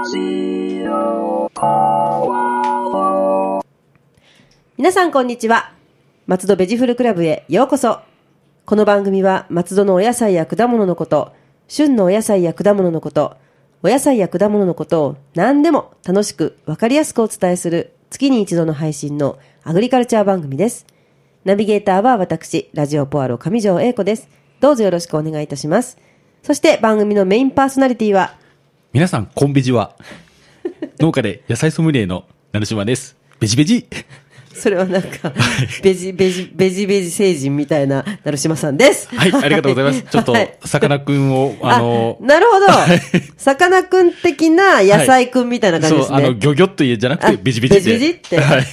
皆さんこんにちは。松戸ベジフルクラブへようこそ。この番組は松戸のお野菜や果物のこと、旬のお野菜や果物のこと、お野菜や果物のことを何でも楽しくわかりやすくお伝えする月に一度の配信のアグリカルチャー番組です。ナビゲーターは私、ラジオポアロ上条英子です。どうぞよろしくお願いいたします。そして番組のメインパーソナリティは、 皆さんこんべじは農家で野菜ソムリエの成島です。ベジベジ。 それはなんか、ベジ星人みたいな成島さんです。 はい、ありがとうございます。ちょっと、さかなクンを、 なるほど。さかなクン的な野菜クンみたいな感じですね。 そう、ギョギョって言うじゃなくて、ベジベジって。 ベジベジって。はい。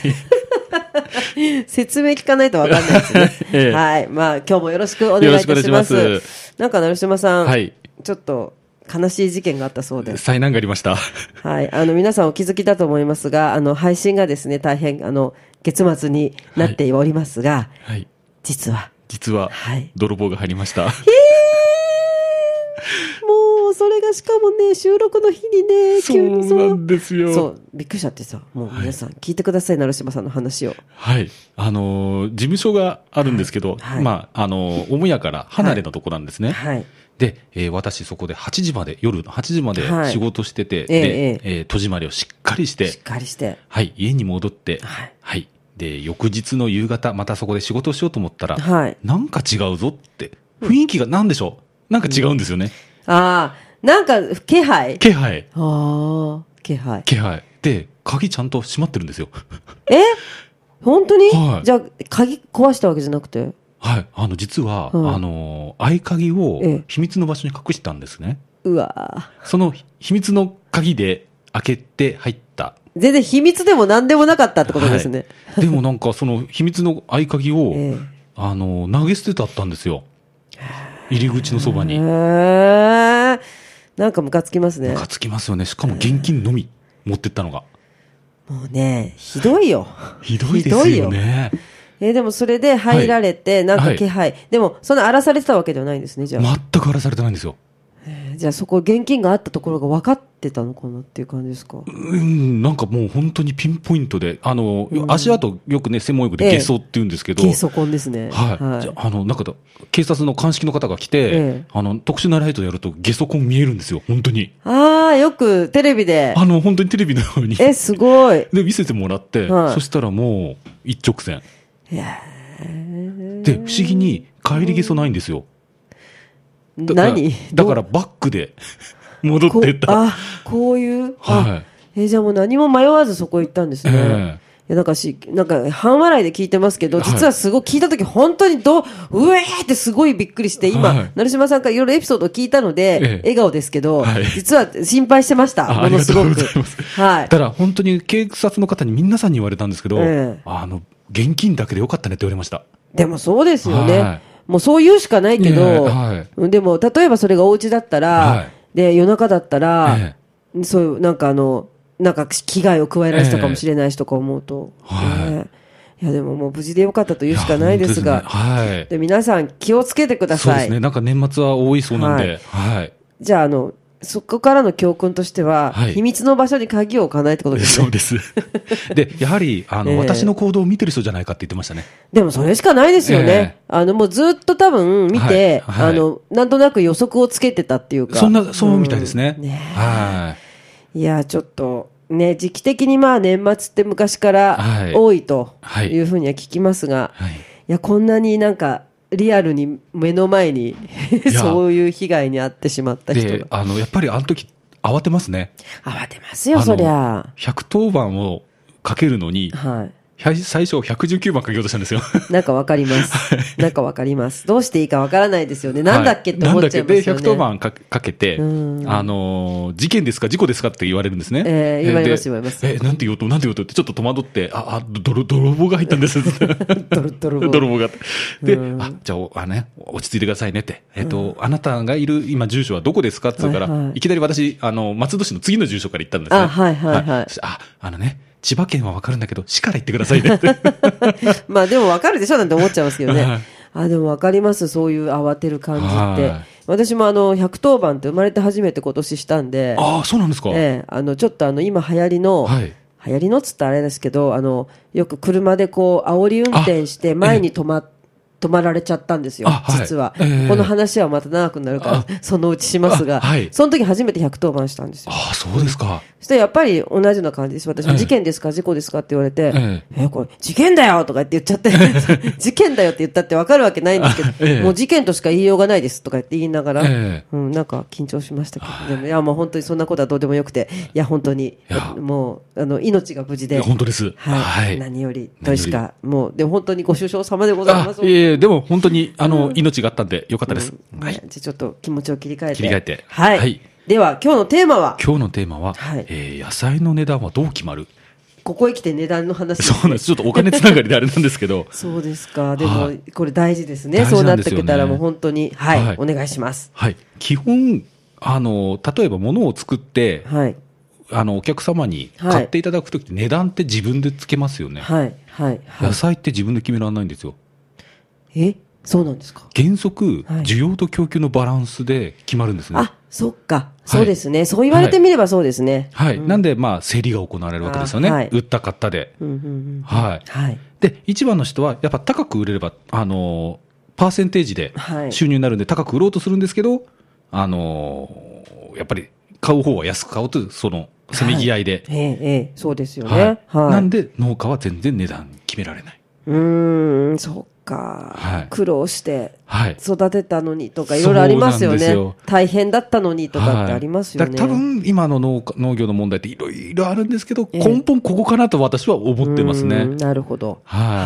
説明聞かないとわかんないですね。はい。まあ、今日もよろしくお願いいたします。よろしくお願いします。なんか成島さん、はい。ちょっと、悲しい事件があったそうです。 災難がありました。 はい。皆さんお気づきだと思いますが、配信がですね、大変、月末になっておりますが、はい。実は、 はい。泥棒が入りました。 もう、それがしかもね、収録の日にね、急にそうなんですよ。 そう、びっくりしちゃってさ、もう皆さん聞いてください、成島さんの話を。 はい。事務所があるんですけど、はい、まあ、母屋から離れたとこなんですね。はい。はいで、私そこで夜の8時まで仕事してて、で、戸締まりをしっかりして、はい、家に戻って、はい。はい。で、翌日の夕方、またそこで仕事をしようと思ったら、はい。なんか違うぞって、雰囲気がなんでしょう、なんか違うんですよね。 ああ、なんか、気配。 ああ、気配。 で、鍵ちゃんと閉まってるんですよ。 本当に、はい、じゃあ、鍵壊したわけじゃなくてはい。実は、合鍵を秘密の場所に隠したんですね。 うわその秘密の鍵で開けて入った。 全然秘密でも何でもなかったってことですね。 はい、でもなんかその秘密の合鍵を、投げ捨ててあったんですよ。入り口のそばに。 なんかムカつきますね。 ムカつきますよね。しかも現金のみ持ってったのが。 もうね、ひどいよ。 ひどいですよね。 でもそれで入られて、なんか気配、でもそんな荒らされてたわけではないんですね、じゃあ。 全く荒らされてないんですよ。 じゃあそこ現金があったところが分かってたのかなっていう感じですか。 なんかもう本当にピンポイントで、足跡よくね、専門用語でゲソって言うんですけど。 ゲソ痕ですね。 はい。じゃなんか警察の鑑識の方が来て、特殊なライトやるとゲソ痕見えるんですよ、本当に。 ああ、よくテレビで。 本当にテレビのように。 すごい。 で、見せてもらって、そしたらもう一直線。で、不思議に帰りゲソないんですよ。 何だからバックで戻ってった。 こういう。 はい。 じゃあもう何も迷わずそこ行ったんですね。なんか半笑いで聞いてますけど、実はすごい聞いたとき本当にうえーってすごいびっくりして、今、成島さんからいろいろエピソードを聞いたので、笑顔ですけど、実は心配してました。ものすごく。 ありがとうございます。はい。ただ本当に警察の方に皆さんに言われたんですけど、現金だけでよかったねって言われました。 でもそうですよね。もうそう言うしかないけど、でも例えばそれがお家だったら、で夜中だったら、そういうなんか危害を加えられたかもしれないしとか思うと、いやでももう無事でよかったと言うしかないですが、で皆さん気をつけてください。 そうですね。なんか年末は多いそうなんで、 じゃあそこからの教訓としては、秘密の場所に鍵を置かないってことですね。 そうです。で、やはり、私の行動を見てる人じゃないかって言ってましたね。 でもそれしかないですよね。もうずっと多分見て、なんとなく予測をつけてたっていうか。 そうみたいですね。 いや、ちょっと、ね、時期的にまあ年末って昔から多いというふうには聞きますが、いや、こんなになんか、リアルに目の前にそういう被害に遭ってしまった人が。 で、やっぱりあの時慌てますね。 慌てますよ、そりゃ。 110番をかけるのに、最初119番かけようとしたんですよ。 なんかわかります。なんかわかります。どうしていいかわからないですよね。なんだっけって思っちゃいますよね。 で、110番かけて、事件ですか事故ですかって言われるんですね。 言われます。 なんて言おうとってちょっと戸惑って、泥棒が入ったんです。泥棒が。で、じゃあ、落ち着いてくださいねって。あなたがいる今住所はどこですかって言うから、いきなり私、松戸市の次の住所から行ったんですね。千葉県はわかるんだけど、市から行ってくださいねって。 まあでもわかるでしょなんて思っちゃいますけどね。 でもわかります。そういう慌てる感じって。私も110番って生まれて初めて今年したんで。 そうなんですか。 ちょっと今流行りの、流行りのっつったらあれですけど、よく車でこう、煽り運転して前に止まられちゃったんですよ、実は。この話はまた長くなるから、そのうちしますが、その時初めて110番したんですよ。 そうですか。 そしてやっぱり同じような感じです。私も事件ですか、事故ですかって言われて、これ、事件だよとかって言っちゃって、事件だよって言ったって分かるわけないんですけど、もう事件としか言いようがないですとか言って言いながら、なんか緊張しましたけど、でもいやもう本当にそんなことはどうでもよくて、いや本当に、もう、命が無事で、 本当です。 何よりとしか、もう、でも本当にご愁傷様でございます。 でも本当に、命があったんでよかったです。 じゃあちょっと気持ちを切り替えて。 はい。 では、今日のテーマは、 野菜の値段はどう決まる？ ここへ来て値段の話。 そうなんです。ちょっとお金つながりであれなんですけど。 そうですか。でも、これ大事ですね。そうなってくれたらもう本当に、お願いします。 基本、例えば物を作って、お客様に買っていただくときって値段って自分でつけますよね。野菜って自分で決められないんですよ。 そうなんですか。 原則、需要と供給のバランスで決まるんですね。 そっか。そうですね。そう言われてみればそうですね。 なんで、競りが行われるわけですよね。売った買ったで。で、一番の人は、やっぱ高く売れれば、パーセンテージで収入になるんで、高く売ろうとするんですけど、やっぱり買う方は安く買うと、その、せめぎ合いで。 そうですよね。 なんで、農家は全然値段決められない。 そっか。苦労して育てたのにとかいろいろありますよね。大変だったのにとかってありますよね。 多分今の農業の問題っていろいろあるんですけど、根本ここかなと私は思ってますね。 なるほど。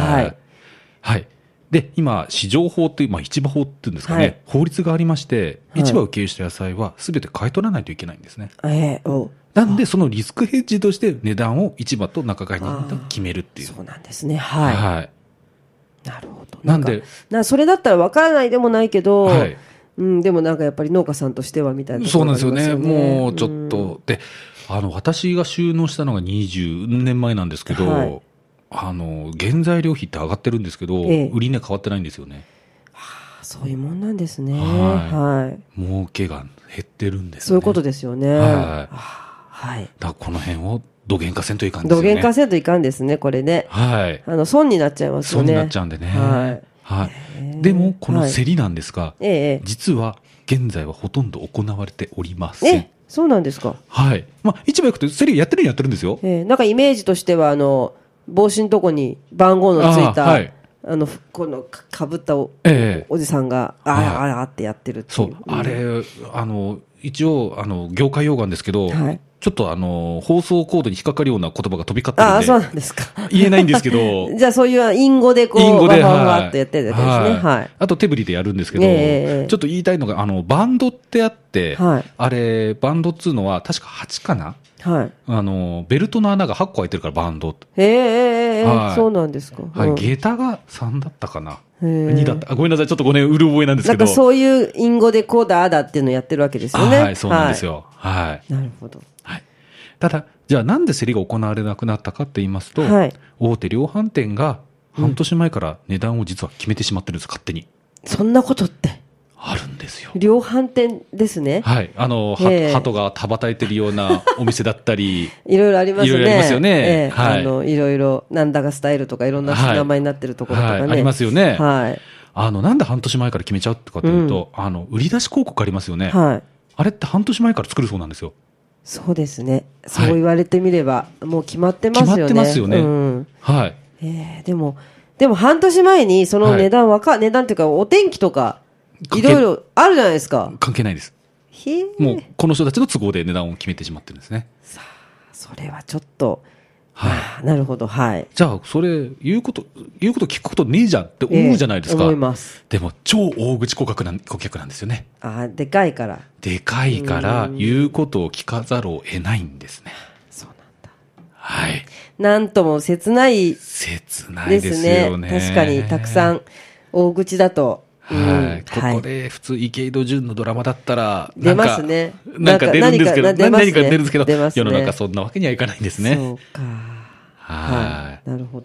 で、今、市場法という、市場法っていうんですかね、法律がありまして、市場を経由した野菜はすべて買い取らないといけないんですね。なんで、そのリスクヘッジとして値段を市場と仲買人が決めるっていう。 そうなんですね。なるほど。なんで、それだったら分からないでもないけど、でもなんかやっぱり農家さんとしてはみたいな。 そうなんですよね。もうちょっと。で、私が収納したのが20年前なんですけど、原材料費って上がってるんですけど、売り値変わってないんですよね。 そういうもんなんですね。 儲けが減ってるんですね。 そういうことですよね。だからこの辺をどげんかせんといかんですよね。 どげんかせんといかんですね、これね。損になっちゃいますよね。 損になっちゃうんでね。でも、この競りなんですが、実は現在はほとんど行われておりません。 そうなんですか。 市場行くと競りやってるんですよ。 なんかイメージとしては、帽子のとこに番号のついた、このかぶったおじさんが、ってやってるっていう。 あれ、一応、業界用語なんですけど、ちょっと放送コードに引っかかるような言葉が飛び交ってるんで。 そうなんですか。 言えないんですけど。 じゃあそういう隠語でわっとやってるわけですね。 あと手振りでやるんですけど、ちょっと言いたいのが、バンドってあって、あれ、バンドっつうのは確か8かな？ベルトの穴が8個開いてるからバンド。 そうなんですか。 下駄が3だったかな。2だった。ごめんなさい。ちょっと5年うる覚えなんですけど。 なんかそういう隠語でこうだ、っていうのをやってるわけですよね。 そうなんですよ。 なるほど。 ただ、じゃあなんで競りが行われなくなったかって言いますと、大手量販店が半年前から値段を実は決めてしまってるんです、勝手に。 そんなことって。 あるんですよ。 量販店ですね。 鳩が羽ばたいてるようなお店だったり。 いろいろありますね。 いろいろありますよね。 いろいろ、なんだかスタイルとかいろんな名前になってるところとかね。 ありますよね。なんで半年前から決めちゃうってかというと、売り出し広告ありますよね。あれって半年前から作るそうなんですよ。 そうですね。そう言われてみれば、もう決まってますよね。 決まってますよね。 でも半年前にその値段値段っていうかお天気とか、いろいろあるじゃないですか。 関係ないです。もうこの人たちの都合で値段を決めてしまってるんですね。 それはちょっと、なるほど。 じゃあ、それ、言うこと聞くことねえじゃんって思うじゃないですか。 思います。 でも、超大口顧客なんですよね。 でかいから。 でかいから、言うことを聞かざるを得ないんですね。 そうなんだ。 なんとも切ないですよね。 確かに、たくさん大口だと。 ここで普通池井戸潤のドラマだったら出ますね。 なんか出るんですけど、何か出るんですけど、世の中そんなわけにはいかないんですね。 そうか。なるほど。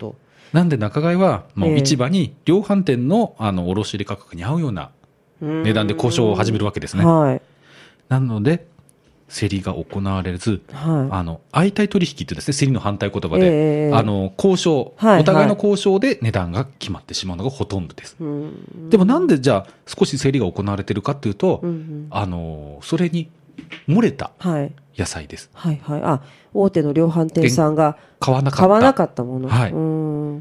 なんで仲買はもう市場に量販店の卸売価格に合うような値段で交渉を始めるわけですね。 はい、 なので競りが行われず、相対取引ってですね、競りの反対言葉で、交渉、お互いの交渉で値段が決まってしまうのがほとんどです。でもなんでじゃあ少し競りが行われているかというと、それに漏れた野菜です。 はいはい。あ、大手の量販店さんが買わなかったもの。 はい。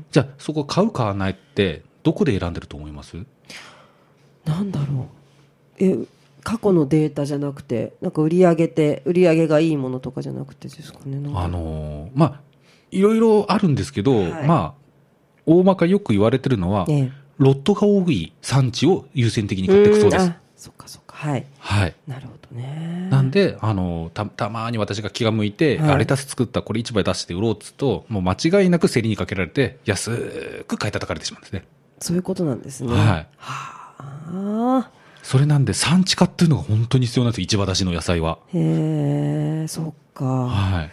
じゃあそこ買う買わないってどこで選んでると思います？ なんだろう。過去のデータじゃなくて、なんか売り上げがいいものとかじゃなくてですかね。 まあいろいろあるんですけど、まあ大まかよく言われてるのは、ロットが多い産地を優先的に買っていくそうです。 そっかそっか。はい。 はい。 なるほどね。 なんでたまに私が気が向いて、レタス作ったこれ市場で出して売ろうっつうと、もう間違いなく競りにかけられて安く買い叩かれてしまうんですね。 そういうことなんですね。 はい。それなんで産地化っていうのが本当に必要なんですよ、市場出しの野菜は。 へえ、そっか。 はい。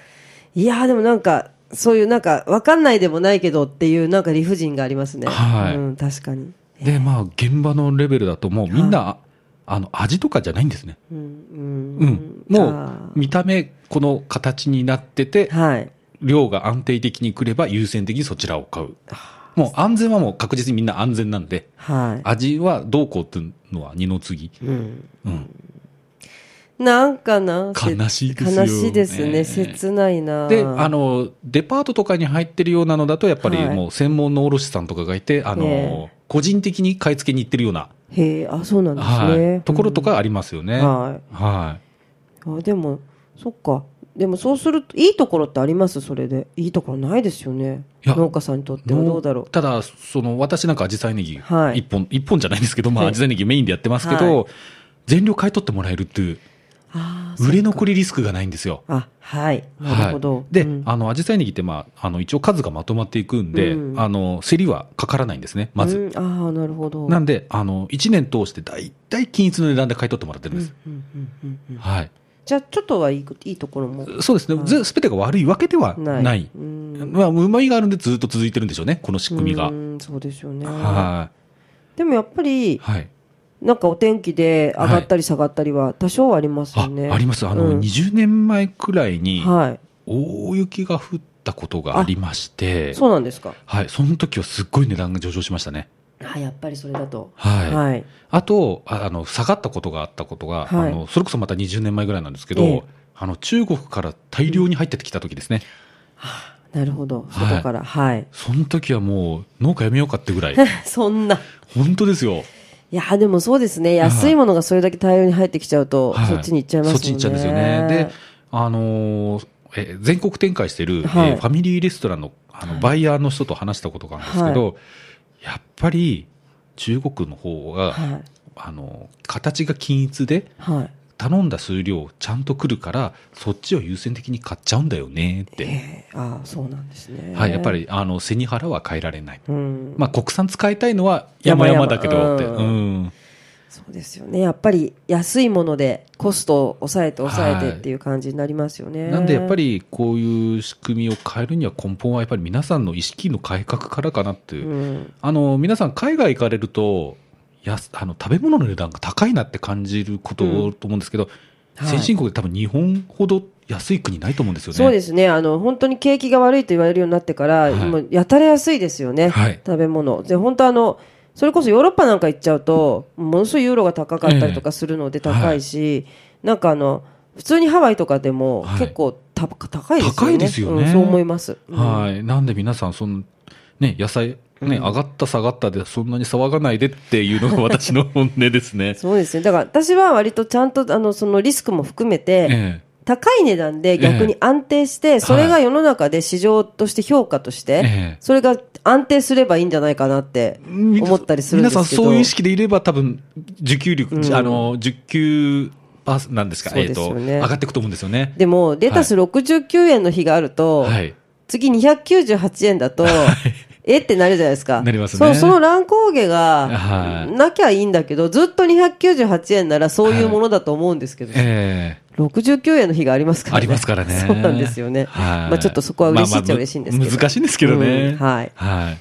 いやでもなんかそういうなんか分かんないでもないけどっていうなんか理不尽がありますね。 はい。 確かに。 でまあ現場のレベルだともうみんな、味とかじゃないんですね。もう見た目この形になってて、量が安定的に来れば優先的にそちらを買う。もう安全はもう確実にみんな安全なんで、味はどうこうっていうのは二の次。 なんかな、 悲しいですよ。 悲しいですね。切ないな。 で、デパートとかに入ってるようなのだと、やっぱりもう専門の卸さんとかがいて、個人的に買い付けに行ってるような。 そうなんですね。 ところとかありますよね。 でも、そっか。でもそうすると、いいところってあります？それで。いいところないですよね。農家さんにとってはどうだろう。 ただ、私なんかアジサイネギ、一本じゃないんですけど、アジサイネギメインでやってますけど、全量買い取ってもらえるっていう、売れ残りリスクがないんですよ。 なるほど。 で、アジサイネギって一応数がまとまっていくんで、競りはかからないんですね、まず。 なるほど。 なんで、1年通して大体均一の値段で買い取ってもらってるんです。はい。 じゃあちょっといいところも。 そうですね。すべてが悪いわけではない。うまみがあるんでずっと続いてるんでしょうね、この仕組みが。 そうですよね。でもやっぱり、なんかお天気で上がったり下がったりは多少ありますよね。 あります。20年前くらいに大雪が降ったことがありまして。 そうなんですか。 はい。その時はすっごい値段が上昇しましたね。 やっぱりそれだと。 あと、下がったことがあったことが、それこそまた20年前ぐらいなんですけど、中国から大量に入ってきた時ですね。 なるほど。外から。 その時はもう農家やめようかってぐらい。 そんな。 本当ですよ。 いやでもそうですね。安いものがそれだけ大量に入ってきちゃうと、そっちに行っちゃいますもんね。 そっちに行っちゃうんですよね。で、全国展開している、ファミリーレストランの、バイヤーの人と話したことがあるんですけど、やっぱり中国の方が、形が均一で、頼んだ数量ちゃんと来るからそっちを優先的に買っちゃうんだよねって。 そうなんですね。 やっぱり背に腹は変えられない。国産使いたいのは山々だけどって。 そうですよね。やっぱり安いものでコストを抑えてっていう感じになりますよね。 なんでやっぱりこういう仕組みを変えるには根本はやっぱり皆さんの意識の改革からかなっていう。皆さん海外行かれると食べ物の値段が高いなって感じること多いと思うんですけど、先進国で多分日本ほど安い国ないと思うんですよね。 そうですね。本当に景気が悪いと言われるようになってから、もうやたら安いですよね。食べ物で本当それこそヨーロッパなんか行っちゃうとものすごいユーロが高かったりとかするので高いし、なんか普通にハワイとかでも結構高いですよね。 高いですよね。 そう思います。 なんで皆さん野菜上がった下がったでそんなに騒がないでっていうのが私の本音ですね。 そうですね。だから私は割とちゃんとそのリスクも含めて、高い値段で逆に安定して、それが世の中で市場として評価として、それが安定すればいいんじゃないかなって思ったりするんですけど。皆さんそういう意識でいれば多分受給率、受給なんですか、上がっていくと思うんですよね。 でもレタス69円の日があると、次298円だと、ってなるじゃないですか。 なりますね。 その乱高下がなきゃいいんだけど、ずっと298円ならそういうものだと思うんですけど、69円の日がありますからね。 ありますからね。 そうなんですよね。ちょっとそこは嬉しいっちゃ嬉しいんですけど。 難しいんですけどね。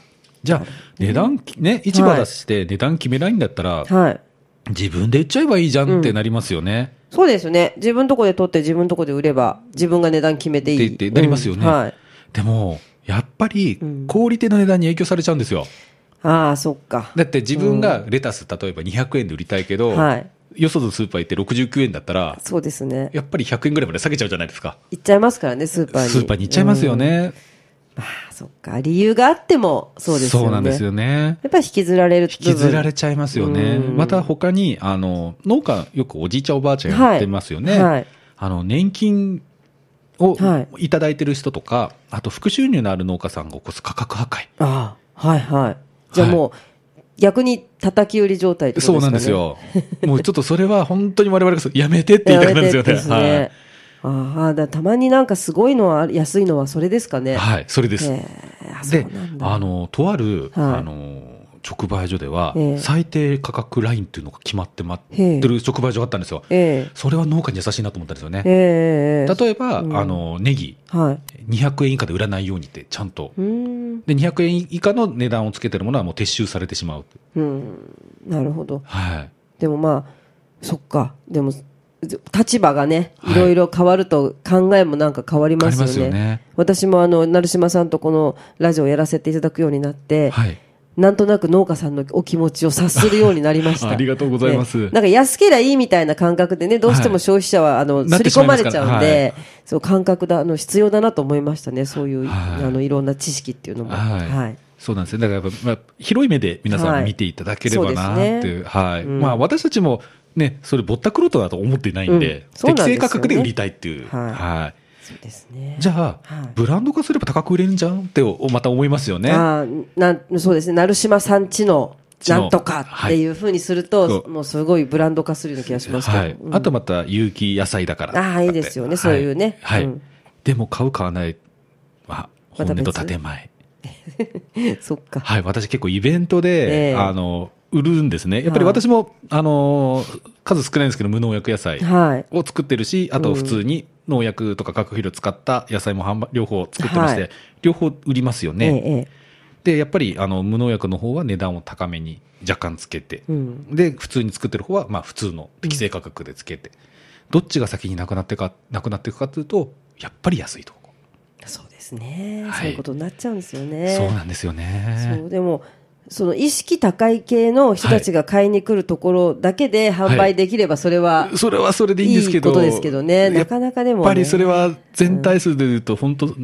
じゃあ、値段、ね、市場出して値段決めないんだったら、はい、自分で売っちゃえばいいじゃんってなりますよね。 そうですね。自分とこで取って自分とこで売れば、自分が値段決めていい。 ってなりますよね。はい。でも、やっぱり、小売店の値段に影響されちゃうんですよ。 ああ、そっか。 だって自分がレタス、例えば200円で売りたいけど、はい。よそのスーパー行って69円だったら、 そうですね。 やっぱり100円ぐらいまで下げちゃうじゃないですか。 行っちゃいますからね、スーパーに。 スーパーに行っちゃいますよね。 ああ、そっか。理由があっても、そうですよね。 そうなんですよね。 やっぱり引きずられる。 引きずられちゃいますよね。また他に、農家、よくおじいちゃんおばあちゃんやってますよね。はい。年金をいただいてる人とか、あと副収入のある農家さんが起こす価格破壊。 ああ、はいはい。じゃあもう、逆に叩き売り状態ってことですかね。 そうなんですよ。もうちょっとそれは本当に我々がやめてって言いたくなるんですよね。ですね。はい。 ああ、たまになんかすごいのは、安いのはそれですかね。 はい、それです。で、とある、直売所では、最低価格ラインっていうのが決まってる直売所があったんですよ。それは農家に優しいなと思ったんですよね。例えば、ネギ、200円以下で売らないようにってちゃんと。で、200円以下の値段をつけてるものはもう撤収されてしまう。 なるほど。はい。でもまあ、そっか。でも、立場がね、いろいろ変わると考えもなんか変わりますよね。変わりますよね。私も成島さんとこのラジオをやらせていただくようになって、はい、なんとなく農家さんのお気持ちを察するようになりました。 ありがとうございます。 なんか安けりゃいいみたいな感覚でね、どうしても消費者はすり込まれちゃうんで、そう感覚必要だなと思いましたね。そういう、いろんな知識っていうのも。はい。 そうなんですね。だからやっぱ、広い目で皆さん見ていただければなっていう。はい。まあ私たちもね、それぼったくろうとだと思っていないんで、適正価格で売りたいっていう。はい。そうですね。じゃあ、ブランド化すれば高く売れるんじゃんってまた思いますよね。 そうですね。成島さんちのなんとかっていうふうにすると、もうすごいブランド化するような気がしますけど。はい。 あとまた有機野菜だから。 ああ、いいですよね。そういうね。 はい。でも買う買わないは本音と建前。 そっか。 はい。私結構イベントで、売るんですね。やっぱり私も、数少ないんですけど、無農薬野菜を作ってるし、あと普通に農薬とか化学肥料を使った野菜も両方作ってまして、両方売りますよね。で、やっぱり、無農薬の方は値段を高めに若干つけて、で、普通に作ってる方は、まあ普通の適正価格でつけて、どっちが先になくなっていくかというと、やっぱり安いとこ。 そうですね。そういうことになっちゃうんですよね。 そうなんですよね。 そう、でも、その意識高い系の人たちが買いに来るところだけで販売できれば、それはそれはそれでいいんですけど、 いいことですけどね。なかなかでも、ね、 やっぱりそれは全体数でいうと本当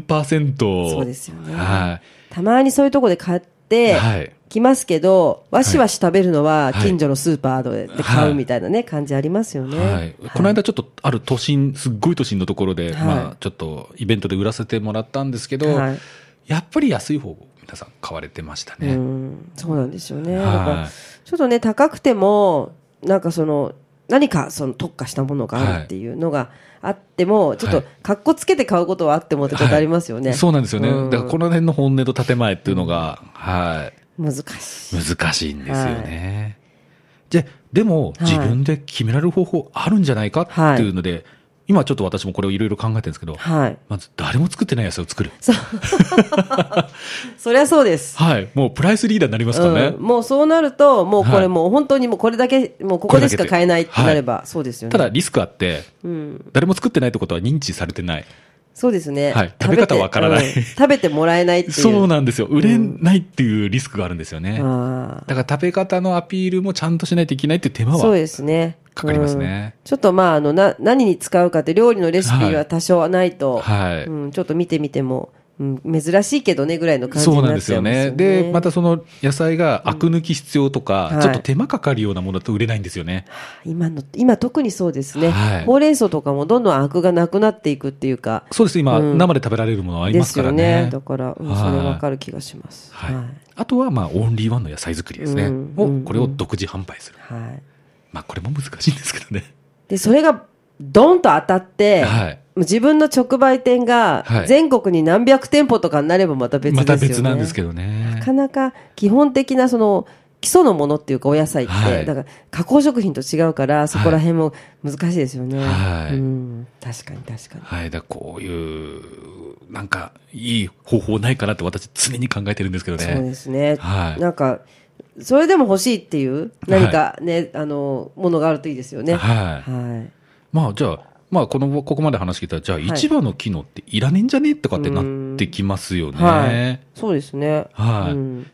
%、 そうですよね。はい。たまにそういうところで買ってきますけど、わしわし食べるのは近所のスーパーで買うみたいなね、感じありますよね。はい。 この間ちょっとある都心、すっごい都心のところで、まあちょっとイベントで売らせてもらったんですけど、やっぱり安い方皆さん買われてましたね。 そうなんですよね。だからちょっとね、高くても、なんか何か特化したものがあるっていうのがあっても、ちょっとかっこつけて買うことはあってもってことありますよね。 そうなんですよね。だからこの辺の本音と建前っていうのが、 難しい。 難しいんですよね。でも、自分で決められる方法あるんじゃないかっていうので、今ちょっと私もこれをいろいろ考えてるんですけど、まず誰も作ってない野菜を作る。 そりゃそうです。 はい。もうプライスリーダーになりますからね。 もうそうなると、もうこれもう本当にもうこれだけ、もうここでしか買えないってなれば、そうですよね。 ただリスクあって、誰も作ってないってことは認知されてない。 そうですね。 はい。食べ方わからない。 食べてもらえないっていう。 そうなんですよ。売れないっていうリスクがあるんですよね。だから食べ方のアピールもちゃんとしないといけないっていう手間は。 そうですね。 かかりますね。 ちょっとまあ、何に使うかって料理のレシピは多少はないと、ちょっと見てみても、珍しいけどねぐらいの感じになっちゃうんですよね。 そうなんですよね。で、またその野菜がアク抜き必要とか、ちょっと手間かかるようなものだと売れないんですよね。 今特にそうですね。ほうれん草とかもどんどんアクがなくなっていくっていうか。 そうです。今、生で食べられるものありますからね。ですよね。 だから、それわかる気がします。 あとは、まあ、オンリーワンの野菜作りですね。これを独自販売する。まあ、これも難しいんですけどね。 で、それがドンと当たって、自分の直売店が全国に何百店舗とかになればまた別ですよね。 また別なんですけどね。 なかなか基本的な基礎のものっていうかお野菜って、だから加工食品と違うから、そこら辺も難しいですよね。確かに確かに。 はい。だこういうなんかいい方法ないかなって私常に考えてるんですけどね。 そうですね。 はい。 なんか、それでも欲しいっていう何かね、はい、ものがあるといいですよね。 はい。はい。まあじゃあ、まあここまで話聞いたら、じゃあ市場の機能っていらねえんじゃねえとかってなってきますよね。はい。 そうですね。 はい。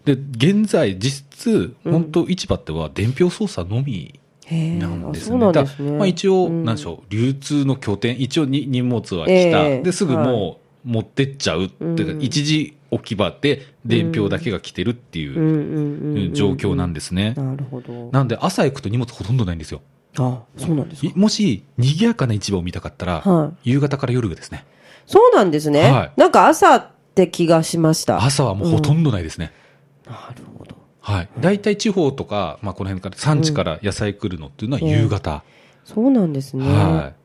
で、現在実質、本当市場っては伝票操作のみなんですね。そうなんですね。まあ一応、なんでしょう、流通の拠点、一応に荷物は来た。で、すぐもう持ってっちゃうっていうか、一時置き場で伝票だけが来てるっていう状況なんですね。 なるほど。 なんで朝行くと荷物ほとんどないんですよ。 あ、そうなんですか。 もし、賑やかな市場を見たかったら、夕方から夜ですね。 そうなんですね。はい。なんか朝って気がしました。 朝はもうほとんどないですね。 なるほど。 はい。大体地方とか、まあこの辺から産地から野菜来るのっていうのは夕方。 そうなんですね。はい。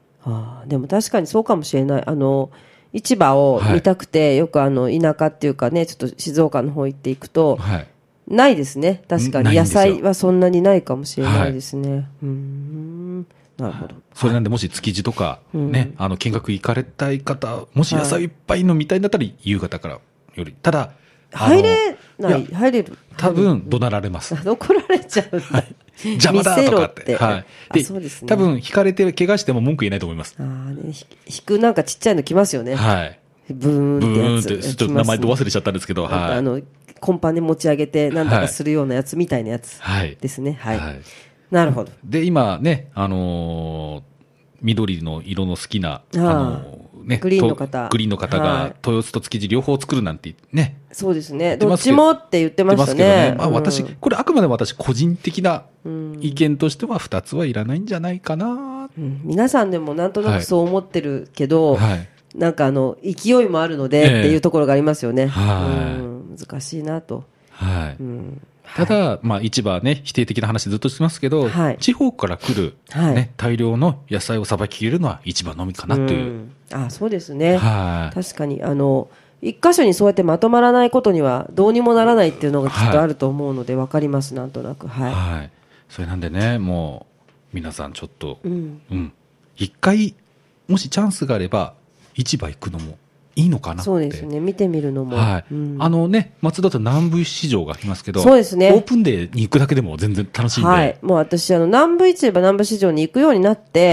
でも確かにそうかもしれない。市場を見たくて、よく田舎っていうかね、ちょっと静岡の方行っていくと、はい。ないですね。確かに。野菜はそんなにないかもしれないですね。なるほど。 それなんで、もし築地とか、ね、見学行かれたい方、もし野菜いっぱいの見たいんだったら、夕方からより。ただ、 入れる多分、怒鳴られます。 怒られちゃう。はい。 邪魔だとかって。はい。で、そうですね。多分、引かれて怪我しても文句言えないと思います。 引くなんかちっちゃいの来ますよね。 はい。 ブーンってやつ。 ちょっと名前ど忘れちゃったんですけど、はい。 コンパネ持ち上げてなんだかするようなやつみたいなやつですね。はい。なるほど。 で、今ね、緑の色の好きな、ね、 グリーンの方。 グリーンの方が、豊洲と築地両方作るなんてね。 そうですね。どっちもって言ってましたね。 まあ私、これあくまで私個人的な意見としては2つはいらないんじゃないかな。 皆さんでもなんとなくそう思ってるけど、なんか勢いもあるのでっていうところがありますよね。難しいなと。 はい。ただ、まあ、市場ね、否定的な話ずっとしてますけど、地方から来る、ね、大量の野菜をさばききれるのは市場のみかなという。 そうですね。確かに、一箇所にそうやってまとまらないことにはどうにもならないっていうのがきっとあると思うので、わかります、なんとなく。 はい。それなんでね、もう、皆さんちょっと、一回、もしチャンスがあれば、市場行くのもいいのかなって。 そうですね。見てみるのも。 はい。ね、松戸と南部市場がありますけど、 そうですね。 オープンデーに行くだけでも全然楽しいんで。はい。 もう私、南部市場、南部市場に行くようになって、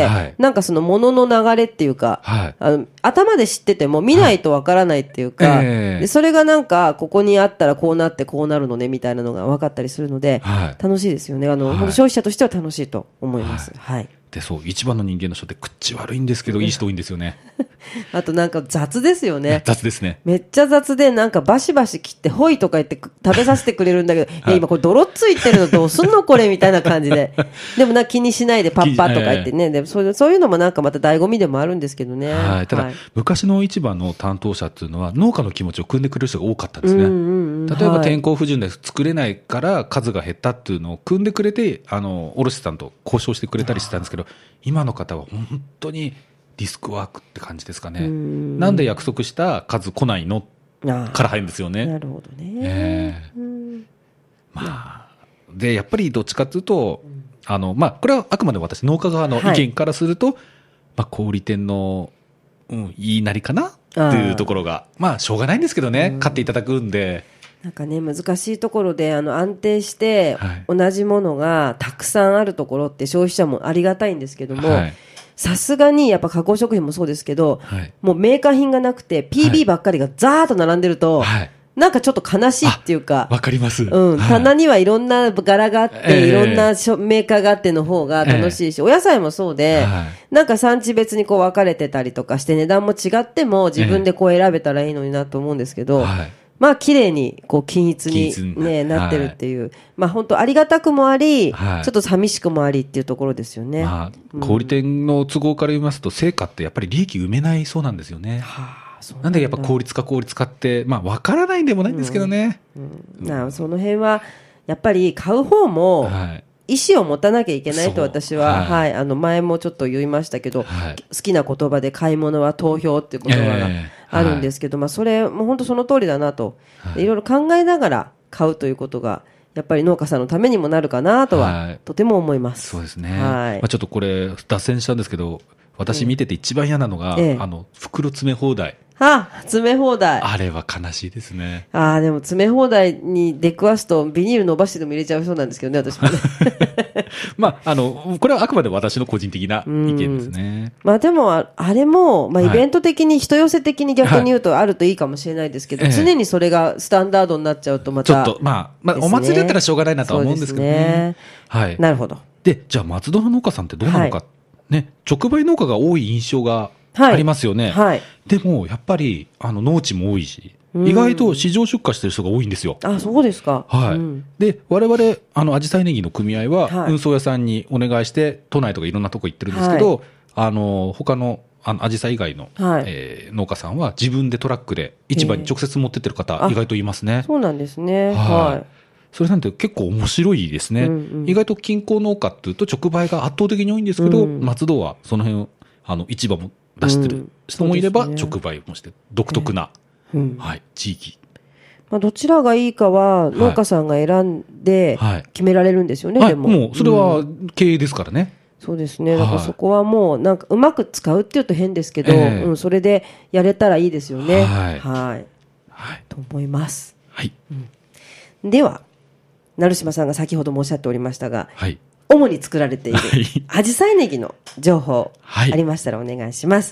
なんかその物の流れっていうか、頭で知ってても見ないとわからないっていうか、で、それがなんか、ここにあったらこうなってこうなるのね、みたいなのが分かったりするので、楽しいですよね。消費者としては楽しいと思います。はい。 で、そう、一番の人間の人って口悪いんですけど、いい人多いんですよね。 あとなんか雑ですよね。 雑ですね。 めっちゃ雑で、なんかバシバシ切って、ほいとか言って食べさせてくれるんだけど、いや、今これ泥ついてるのどうすんのこれみたいな感じで。でも気にしないでパッパとか言ってね。でそういうのもなんかまた醍醐味でもあるんですけどね。 はい。ただ、昔の市場の担当者っていうのは、農家の気持ちを汲んでくれる人が多かったんですね。例えば天候不順で作れないから数が減ったっていうのを汲んでくれて、卸さんと交渉してくれたりしてたんですけど、今の方は本当にリスクワークって感じですかね。なんで約束した数来ないのから入るんですよね。 なるほどね。 まあ、で、やっぱりどっちかというと、まあ、これはあくまで私、農家側の意見からすると、まあ、小売店の、言いなりかなっていうところが、まあ、しょうがないんですけどね、買っていただくんで。 なんかね、難しいところで、安定して、同じものがたくさんあるところって消費者もありがたいんですけども、さすがにやっぱ加工食品もそうですけど、もうメーカー品がなくて PB ばっかりがザーッと並んでると、なんかちょっと悲しいっていうか、 わかります。 棚にはいろんな柄があって、いろんなメーカーがあっての方が楽しいし、お野菜もそうで、なんか産地別にこう分かれてたりとかして値段も違っても自分でこう選べたらいいのになと思うんですけど、まあ綺麗にこう均一にねなってるっていう、まあ本当ありがたくもあり、ちょっと寂しくもありっていうところですよね。 まあ小売店の都合から言いますと、成果ってやっぱり利益埋めないそうなんですよね。なんでやっぱ効率化って、まあ分からないんでもないんですけどね。 その辺はやっぱり買う方も意思を持たなきゃいけないと私は、前もちょっと言いましたけど、好きな言葉で買い物は投票っていう言葉があるんですけど、まあそれも本当その通りだなと、いろいろ考えながら買うということがやっぱり農家さんのためにもなるかなとはとても思います。 そうですね。まあちょっとこれ脱線したんですけど、私見てて一番嫌なのが、袋詰め放題。 詰め放題。 あれは悲しいですね。 でも詰め放題に出くわすとビニール伸ばしてでも入れちゃうそうなんですけどね、私もね。 これはあくまで私の個人的な意見ですね。 でも、あれも、イベント的に人寄せ的に逆に言うとあるといいかもしれないですけど、常にそれがスタンダードになっちゃうとまた、 ちょっと、お祭りだったらしょうがないなとは思うんですけどね。 はい。なるほど。 で、じゃあ松戸の農家さんってどうなのか、ね、直売農家が多い印象がありますよね。でも、やっぱり、農地も多いし、意外と市場出荷してる人が多いんですよ。 そうですか。 で、我々、アジサイネギの組合は、運送屋さんにお願いして、都内とかいろんなとこ行ってるんですけど、他の、アジサイ以外の、農家さんは自分でトラックで市場に直接持ってってる方、意外といますね。 そうなんですね。 それなんて結構面白いですね。意外と近郊農家っていうと直売が圧倒的に多いんですけど、松戸はその辺、市場も出してる人もいれば、直売もして、独特な、地域。 どちらがいいかは農家さんが選んで決められるんですよね、でも。 もうそれは経営ですからね。 そうですね。だからそこはもうなんかうまく使うっていうと変ですけど、それでやれたらいいですよね。はい。と思います。では、成島さんが先ほどもおっしゃっておりましたが、主に作られているアジサイネギの情報ありましたらお願いします。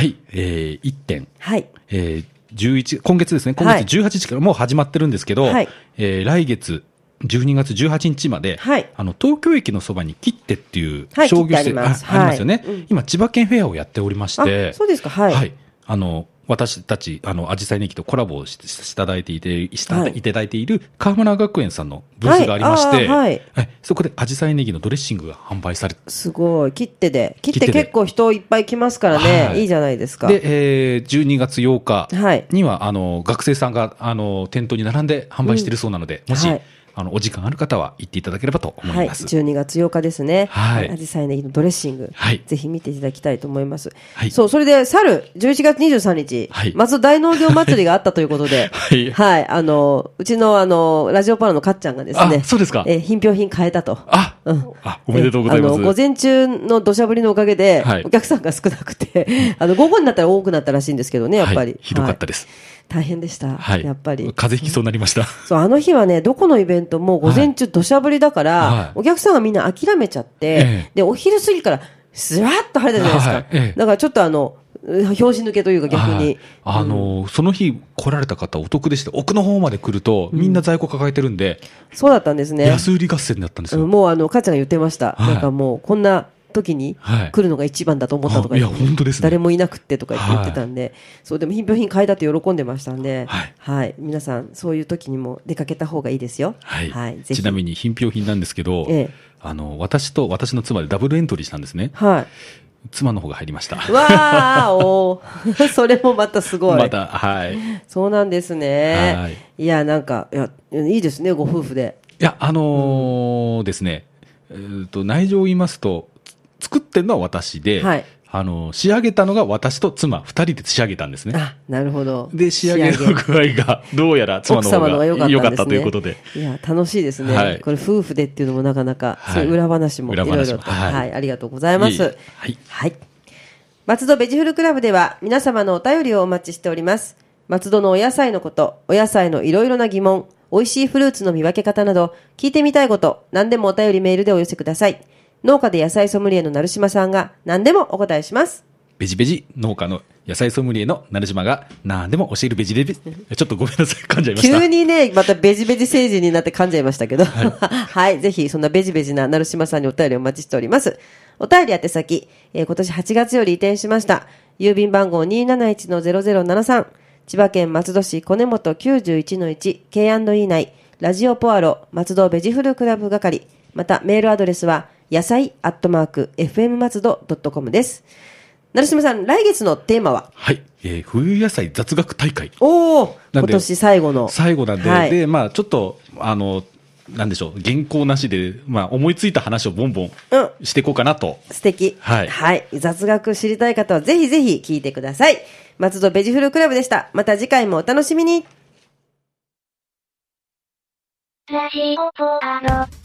1点。今月ですね、今月18日からもう始まってるんですけど、来月12月18日まで、東京駅のそばに切手っていう商業施設ありますよね。今、千葉県フェアをやっておりまして、 そうですか、 私たち、アジサイネギとコラボをしていただいている川村学園さんのブースがありまして、そこでアジサイネギのドレッシングが販売されて、 すごい、切手結構人いっぱい来ますからね、いいじゃないですか。 で、12月8日には、学生さんが、店頭に並んで販売しているそうなので、もし、お時間ある方は行っていただければと思います。 12月8日ですね。アジサイネギのドレッシング。ぜひ見ていただきたいと思います。それで、去る11月23日、松戸大農業祭りがあったということで、うちのラジオパラのかっちゃんがですね、 そうですか。 品評品変えたと。 おめでとうございます。 午前中の土砂降りのおかげで、お客さんが少なくて、午後になったら多くなったらしいんですけどね、やっぱり。 ひどかったです。 大変でした。やっぱり。 風邪ひきそうになりました。 そう、あの日はね、どこのイベントも午前中土砂降りだから、お客さんがみんな諦めちゃって、で、お昼過ぎからスラッと晴れたじゃないですか。だからちょっと拍子抜けというか逆に。 その日来られた方お得でして、奥の方まで来ると、みんな在庫抱えてるんで。 そうだったんですね。 安売り合戦だったんですよ。 もう母ちゃんが言ってました。なんかもう、こんな、時に来るのが一番だと思ったとか言って、誰もいなくってとか言ってたんで、そうでも品評品買いだって喜んでましたんで、皆さんそういう時にも出かけた方がいいですよ。 ちなみに品評品なんですけど、私と私の妻でダブルエントリーしたんですね。妻の方が入りました。 それもまたすごい。そうなんですね。いや、なんか、いいですね、ご夫婦で。 いや、ですね、内情を言いますと、作ってるのは私で、仕上げたのが私と妻2人で仕上げたんですね。 なるほど。 で、仕上げの具合がどうやら妻の方が良かったということで。 いや、楽しいですね。これ夫婦でっていうのもなかなか、そういう裏話もいろいろと。ありがとうございます。松戸ベジフルクラブでは皆様のお便りをお待ちしております。松戸のお野菜のこと、お野菜のいろいろな疑問、美味しいフルーツの見分け方など、聞いてみたいこと、何でもお便りメールでお寄せください。農家で野菜ソムリエの成島さんが何でもお答えします。 ベジベジ農家の野菜ソムリエの成島が何でも教えるベジベジ。ちょっとごめんなさい、噛んじゃいました。 急にね、またベジベジ星人になって噛んじゃいましたけど。ぜひそんなベジベジな成島さんにお便りお待ちしております。お便り宛先、今年8月より移転しました。郵便番号 271-0073。千葉県松戸市小根本 91-1 K&E 内、ラジオポアロ松戸ベジフルクラブ係。またメールアドレスは野菜@fm松戸.com です。成島さん、来月のテーマは？ 冬野菜雑学大会。 今年最後の。 最後なんで、で、ちょっと、なんでしょう、原稿なしで、思いついた話をボンボンしていこうかなと。 素敵。雑学知りたい方はぜひぜひ聞いてください。松戸ベジフルクラブでした。また次回もお楽しみに。ラジオポアロ。